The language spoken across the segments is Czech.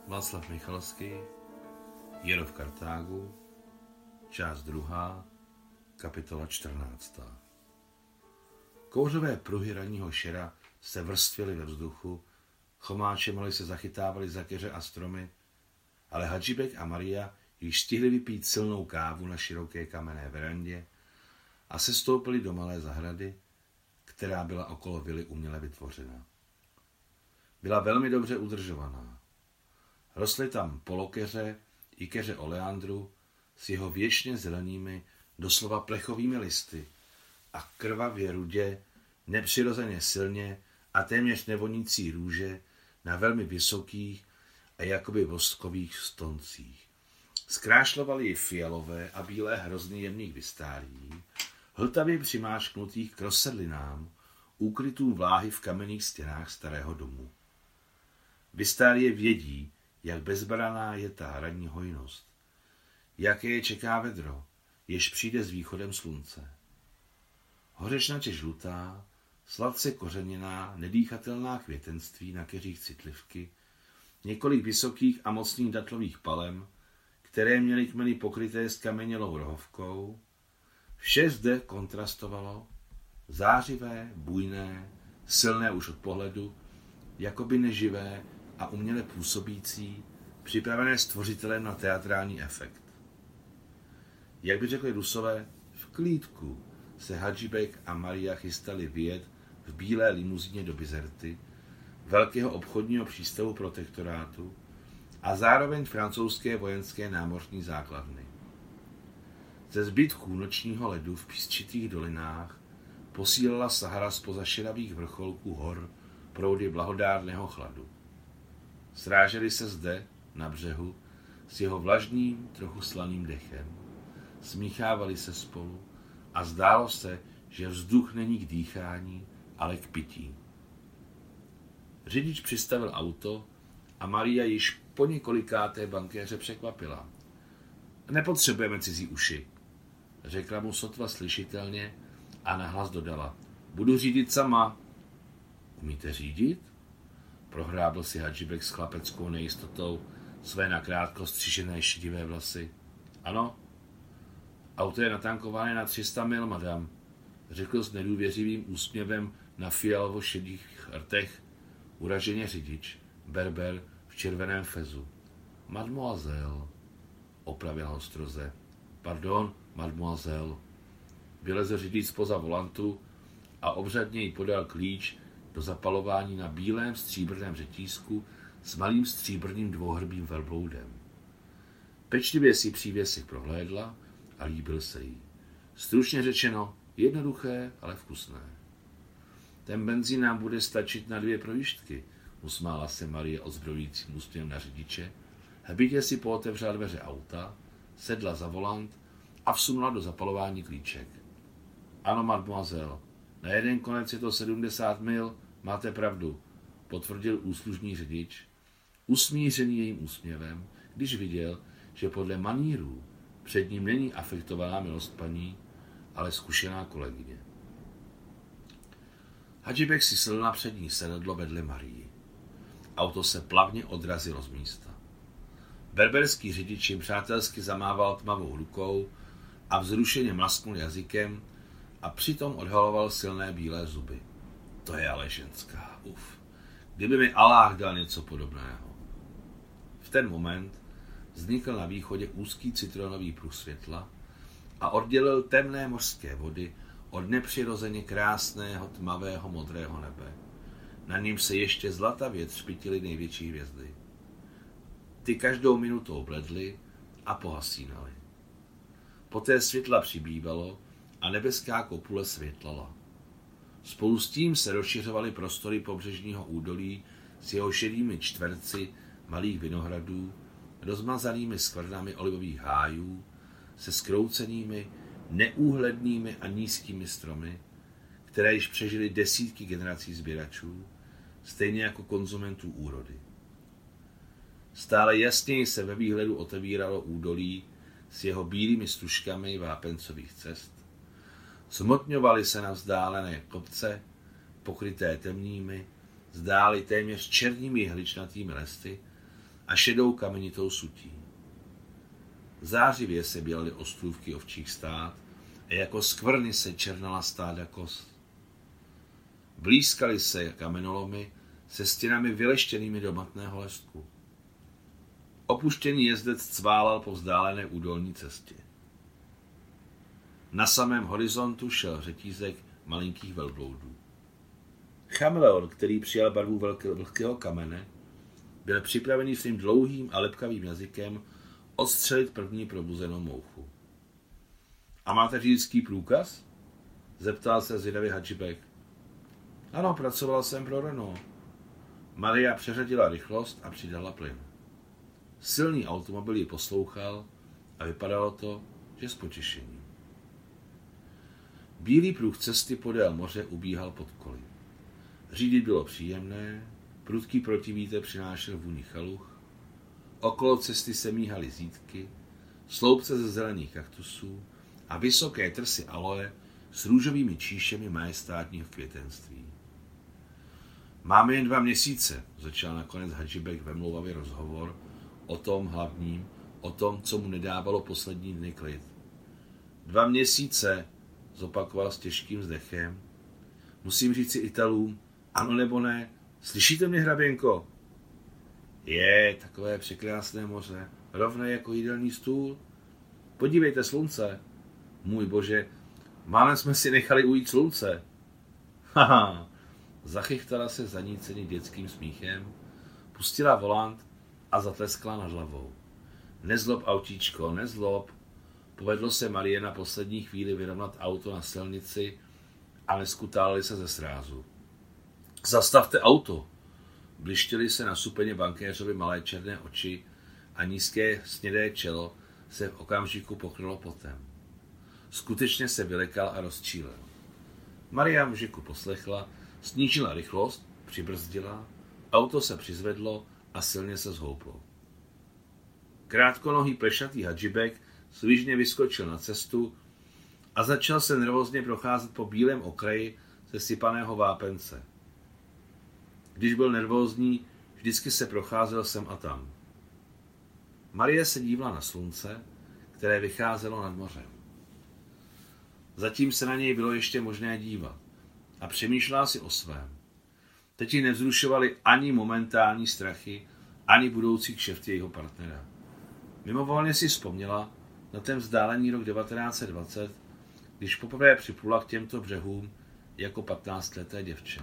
Václav Michalský, Jero v Kartágu, část 2, kapitola 14. Kouřové pruhy ranního šera se vrstvily ve vzduchu, chomáče mali se zachytávali za keře a stromy, ale Hadžibek a Maria již stihli vypít silnou kávu na široké kamenné verandě a sestoupili do malé zahrady, která byla okolo vily uměle vytvořena. Byla velmi dobře udržovaná. Rostly tam polokeře i keře oleandru s jeho věčně zelenými, doslova plechovými listy a krvavě rudě, nepřirozeně silně a téměř nevonící růže na velmi vysokých a jakoby voskových stoncích. Zkrášlovaly ji fialové a bílé hrozny jemných vystárií, hltavě přimášknutých k rozsedlinám, úkrytům vláhy v kamenných stěnách starého domu. Vystárie vědí, jak bezbraná je ta ranní hojnost, jaké je čeká vedro, jež přijde s východem slunce. Hořečnatě žlutá, sladce kořeněná, nedýchatelná květenství na keřích citlivky, několik vysokých a mocných datlových palem, které měly kmeny pokryté skamenělou rohovkou, vše zde kontrastovalo, zářivé, bujné, silné už od pohledu, jakoby neživé a uměle působící, připravené stvořitelem na teatrální efekt. Jak by řekli Rusové, v klídku se Hadžibek a Maria chystali vyjet v bílé limuzíně do Bizerty, velkého obchodního přístavu protektorátu a zároveň francouzské vojenské námořní základny. Ze zbytků nočního ledu v písčitých dolinách posílala Sahara zpoza šedavých vrcholků hor proudy blahodárného chladu. Sráželi se zde, na břehu, s jeho vlažným, trochu slaným dechem. Smíchávali se spolu a zdálo se, že vzduch není k dýchání, ale k pití. Řidič přistavil auto a Maria již po několikáté bankéře překvapila. Nepotřebujeme cizí uši, řekla mu sotva slyšitelně a nahlas dodala. Budu řídit sama. Umíte řídit? Prohrábl si Hadžibek s chlapeckou nejistotou své nakrátko střižené šedivé vlasy. Ano, auto je natankované na 300 mil, madam, řekl s nedůvěřivým úsměvem na fialovo-šedých rtech uraženě řidič, berber v červeném fezu. Mademoiselle, opravila ho stroze. Pardon, mademoiselle. Vylezl řidič zpoza volantu a obřadně jí podal klíč do zapalování na bílém stříbrném řetízku s malým stříbrným dvouhrbým velbloudem. Pečlivě si přívěsek prohlédla a líbil se jí. Stručně řečeno, jednoduché, ale vkusné. Ten benzín nám bude stačit na 2 projížďky, usmála se Marie ozbrojujícím úsměvem na řidiče, hbitě si pootevřela dveře auta, sedla za volant a vsunula do zapalování klíček. Ano, mademoiselle, na jeden konec je to 70 mil, máte pravdu, potvrdil úslužný řidič, usmířený jejím úsměvem, když viděl, že podle manírů před ním není afektovaná milost paní, ale zkušená kolegyně. Hadžibek si sedl na přední sedadlo vedle Marii. Auto se plavně odrazilo z místa. Berberský řidič jim přátelsky zamával tmavou rukou a vzrušeně mlasknul jazykem a přitom odhaloval silné bílé zuby. To je ale ženská, Kdyby mi Aláh dal něco podobného. V ten moment vznikl na východě úzký citronový pruh světla a oddělil temné mořské vody od nepřirozeně krásného tmavého modrého nebe. Na něm se ještě zlatavě třpitily největší hvězdy. Ty každou minutou bledly a pohasínaly. Poté světla přibývalo a nebeská kopule světlala. Spolu s tím se rozšiřovaly prostory pobřežního údolí s jeho šedými čtverci malých vinohradů, rozmazanými skvrnami olivových hájů, se zkroucenými, neúhlednými a nízkými stromy, které již přežily desítky generací sběračů, stejně jako konzumentů úrody. Stále jasněji se ve výhledu otevíralo údolí s jeho bílými stužkami vápencových cest, zmotňovaly se na vzdálené kopce, pokryté temnými, zdály téměř černými hličnatými lesy a šedou kamenitou sutí. Zářivě se bělaly ostrůvky ovčích stád a jako skvrny se černala stáda koz. Blýskaly se kamenolomy se stěnami vyleštěnými do matného lestku. Opuštěný jezdec cválal po vzdálené údolní cestě. Na samém horizontu šel řetízek malinkých velbloudů. Chameleon, který přijal barvu vlhkého kamene, byl připravený svým dlouhým a lepkavým jazykem odstřelit první probuzenou mouchu. A máte řidičský průkaz? Zeptal se zvědavě Hadžibek. Ano, pracoval jsem pro Renault. Maria přeřadila rychlost a přidala plyn. Silný automobil ji poslouchal a vypadalo to, že s potěšením. Bílý pruh cesty podél moře ubíhal pod koly. Řídit bylo příjemné, prudký protivítr přinášel vůni chaluch, okolo cesty se míhaly zítky, sloupce ze zelených kaktusů a vysoké trsy aloe s růžovými číšemi majestátního květenství. Máme jen 2 měsíce, začal nakonec Hadžibek vemlouvavý rozhovor o tom hlavním, o tom, co mu nedávalo poslední dny klid. 2 měsíce, zopakoval s těžkým vzdechem. Musím říci Italům, ano nebo ne, slyšíte mě, hraběnko? Je, takové překrásné moře, rovné jako jídelní stůl. Podívejte slunce. Můj bože, málem jsme si nechali ujít slunce. Haha, zachychtala se zanícený dětským smíchem, pustila volant a zatleskla nad hlavou. Nezlob, autíčko, nezlob. Povedlo se Marie na poslední chvíli vyrovnat auto na silnici a neskutálili se ze srázu. Zastavte auto! Blištěly se na supeně bankéřovi malé černé oči a nízké snědé čelo se v okamžiku pokrylo potem. Skutečně se vylekal a rozčílil. Maria mužiku poslechla, snížila rychlost, přibrzdila, auto se přizvedlo a silně se zhouplo. Krátkonohý plešatý Hadžibek svižně vyskočil na cestu a začal se nervózně procházet po bílém okraji sesypaného vápence. Když byl nervózní, vždycky se procházel sem a tam. Marie se dívala na slunce, které vycházelo nad mořem. Zatím se na něj bylo ještě možné dívat a přemýšlela si o svém. Teď ji nevzrušovaly ani momentální strachy, ani budoucí kšefty jeho partnera. Mimovolně si vzpomněla na ten vzdálený rok 1920, když poprvé připlula k těmto břehům jako 15leté děvče.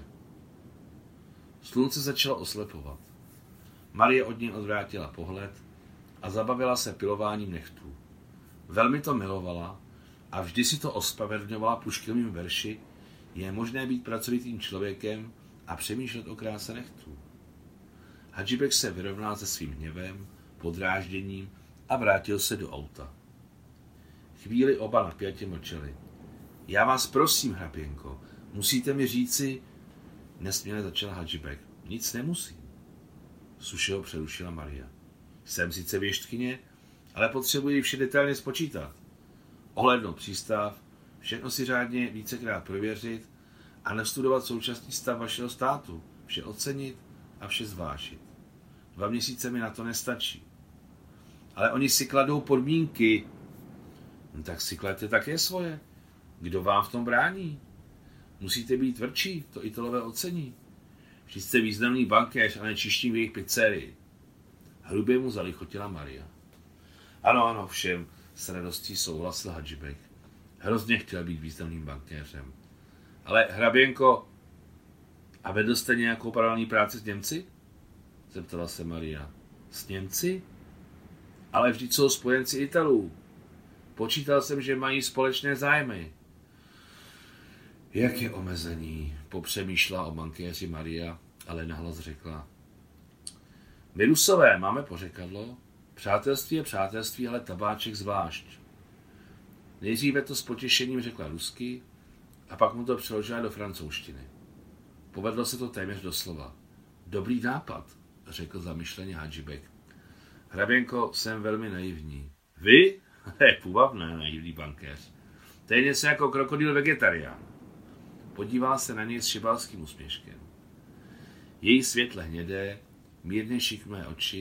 Slunce začalo oslepovat. Marie od něj odvrátila pohled a zabavila se pilováním nechtů. Velmi to milovala a vždy si to ospravedlňovala Puškinovými verši, je možné být pracovitým člověkem a přemýšlet o kráse nechtů. Hadžibek se vyrovnal se svým hněvem, podrážděním a vrátil se do auta. Chvíli oba napjatě mlčeli. Já vás prosím, hraběnko, musíte mi říci, nesměle začala Hadžibek. Nic nemusím. Suše ho přerušila Maria. Jsem sice věštkyně, ale potřebuji vše detailně spočítat. Ohlédnout přístav, všechno si řádně vícekrát prověřit a nastudovat současný stav vašeho státu, vše ocenit a vše zvážit. 2 měsíce mi na to nestačí. Ale oni si kladou podmínky. No, tak si kladete také svoje. Kdo vám v tom brání? Musíte být tvrdší, to Italové ocení. Vždyť jste významný bankéř a nečištím v jejich pizzerii. Hrubě mu zalichotila Maria. Ano, všem s radostí souhlasil Hadžibek. Hrozně chtěl být významným bankéřem. Ale hraběnko, a vedl jste nějakou paralelní práci s Němci? Zeptala se Maria. S Němci? Ale vždyť jsou spojenci Italů. Počítal jsem, že mají společné zájmy. Jak je omezení, popřemýšlela o bankéři Maria, ale nahlas řekla. My Rusové máme pořekadlo, přátelství je přátelství, ale tabáček zvlášť. Nejdříve to s potěšením řekla rusky a pak mu to přeložila do francouzštiny. Povedlo se to téměř doslova. Dobrý nápad, řekl zamyšleně Hadžibek. Hraběnko, jsem velmi naivní. Vy? Je půvabné, naivný bankéř. To je něco jako krokodýl vegetarián. Podíval se na něj s šibalským úsměškem. Její světle hnědé, mírně šikmé oči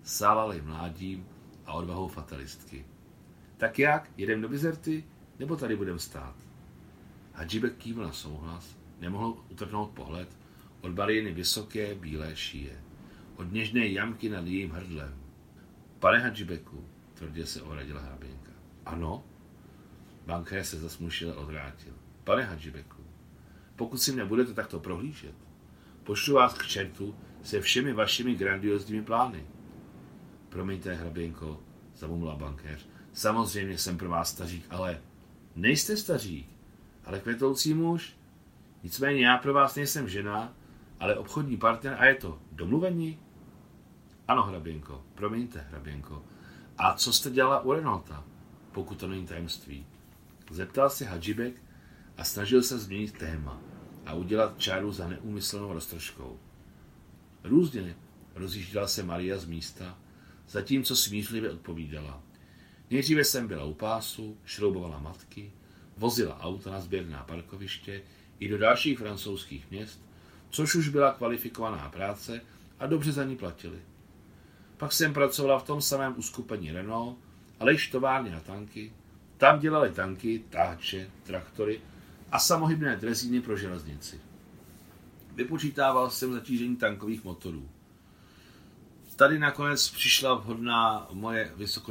sálali mládím a odvahou fatalistky. Tak jak? Jedem do Bizerty, nebo tady budem stát? Hadžibek kývl na souhlas, nemohl utrhnout pohled od Mariiny vysoké bílé šíje, od něžné jamky nad jejím hrdlem. Pane Hadžibeku, tvrdě se ohradila hraběnka. Ano? Bankér se zasmušile odvrátil. Pane Hadžibeku, pokud si mne budete takto prohlížet, pošlu vás k čertu se všemi vašimi grandiozními plány. Promiňte, hraběnko, zamumlal bankéř. Samozřejmě jsem pro vás stařík, ale nejste stařík, ale kvetoucí muž. Nicméně já pro vás nejsem žena, ale obchodní partner a je to domluvení? Ano, hraběnko, promiňte, hraběnko. A co jste dělala u Renaulta, pokud to není tajemství? Zeptal se Hadžibek a snažil se změnit téma a udělat čáru za neúmyslnou roztržkou. Různě rozjížděla se Maria z místa, zatímco smířlivě odpovídala. Nejdříve jsem byla u pásu, šroubovala matky, vozila auta na sběrná parkoviště i do dalších francouzských měst, což už byla kvalifikovaná práce a dobře za ní platili. Pak jsem pracovala v tom samém uskupení Renault, ale již továrně na tanky. Tam dělali tanky, táče, traktory a samohybné drezíny pro železnici. Vypočítával jsem zatížení tankových motorů. Tady nakonec přišla vhodná moje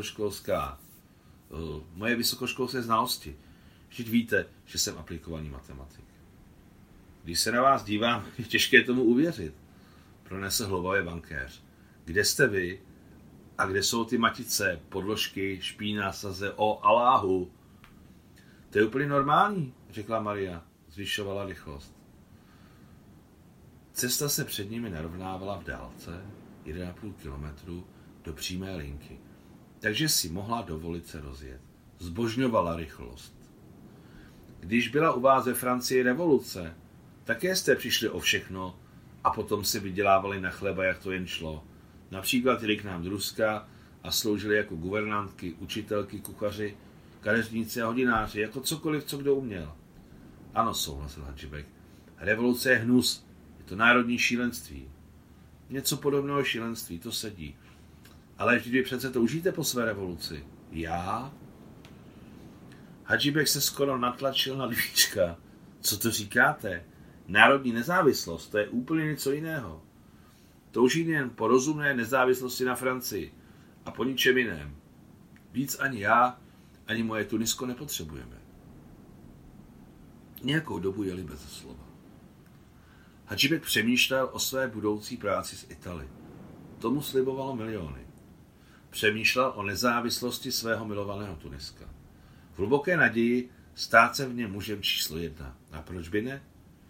vysokoškolské znalosti. Vždyť víte, že jsem aplikovaný matematik. Když se na vás dívám, je těžké tomu uvěřit, pronesl hloubavě bankéř. Kde jste vy a kde jsou ty matice, podložky, špína, saze, o Aláhu? To je úplně normální, řekla Maria, zvyšovala rychlost. Cesta se před nimi narovnávala v dálce 1,5 kilometru do přímé linky, takže si mohla dovolit se rozjet. Zbožňovala rychlost. Když byla u vás ve Francii revoluce, také jste přišli o všechno a potom si vydělávali na chleba, jak to jen šlo. Například jeli k nám do Ruska a sloužili jako guvernantky, učitelky, kuchaři, kadeřníci a hodináři, jako cokoliv, co kdo uměl. Ano, souhlasil Hadžibek. Revoluce je hnus, je to národní šílenství. Něco podobného šílenství, to sedí. Ale vždy přece toužíte po své revoluci. Já? Hadžibek se skoro natlačil na Lvíčka. Co to říkáte? Národní nezávislost, to je úplně něco jiného. Toužím jen po rozumné nezávislosti na Francii a po ničem jiném. Víc ani já, ani moje Tunisko nepotřebujeme. Nějakou dobu jeli bez slova. Hadžibek přemýšlel o své budoucí práci s Italy. Tomu slibovalo miliony. Přemýšlel o nezávislosti svého milovaného Tuniska. V hluboké naději stát se v něm mužem číslo 1. A proč by ne?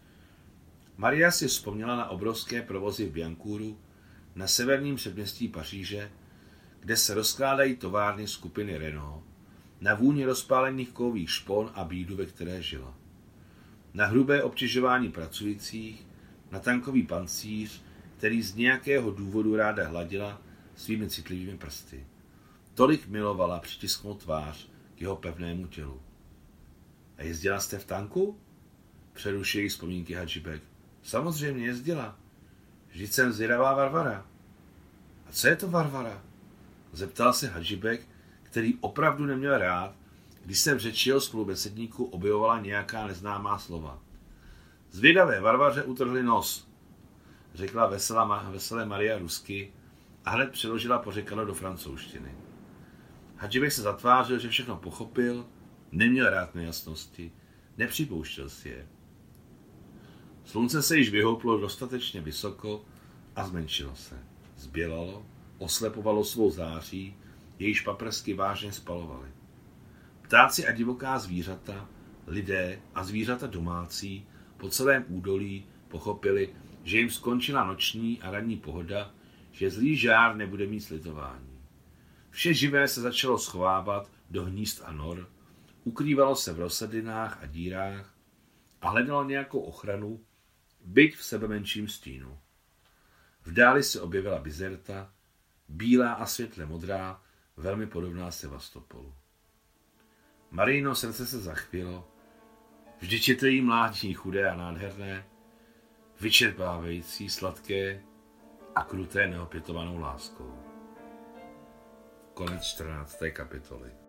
Maria si vzpomněla na obrovské provozy v Biancouru, na severním předměstí Paříže, kde se rozkládají továrny skupiny Renault, na vůni rozpálených kovových špon a bídu, ve které žila. Na hrubé obtěžování pracujících, na tankový pancíř, který z nějakého důvodu ráda hladila svými citlivými prsty. Tolik milovala přitisknout tvář k jeho pevnému tělu. A jezdila jste v tanku? Přerušil jí vzpomínky Hadžibek. Samozřejmě jezdila. Vždyť jsem zvědavá Varvara. A co je to Varvara? Zeptal se Hadžibek, který opravdu neměl rád, když se v řeči jeho spolubesedníků objevovala nějaká neznámá slova. Zvědavé Varvaře utrhli nos, řekla veselé Maria rusky a hned přeložila pořekadlo do francouzštiny. Hadžibek se zatvářil, že všechno pochopil, neměl rád nejasnosti, nepřipouštěl si je. Slunce se již vyhouplo dostatečně vysoko a zmenšilo se. Zbělalo, oslepovalo svou září, jejíž paprsky vážně spalovaly. Ptáci a divoká zvířata, lidé a zvířata domácí po celém údolí pochopili, že jim skončila noční a ranní pohoda, že zlý žár nebude mít slitování. Vše živé se začalo schovávat do hnízd a nor, ukrývalo se v rozsedlinách a dírách a hledalo nějakou ochranu, byť v sebemenším stínu. V dáli se objevila Bizerta, bílá a světle modrá, velmi podobná Sevastopolu. Marijino srdce se zachvělo, vždyť je to jí mládí chudé a nádherné, vyčerpávající, sladké a kruté neopětovanou láskou. Konec 14. kapitoly.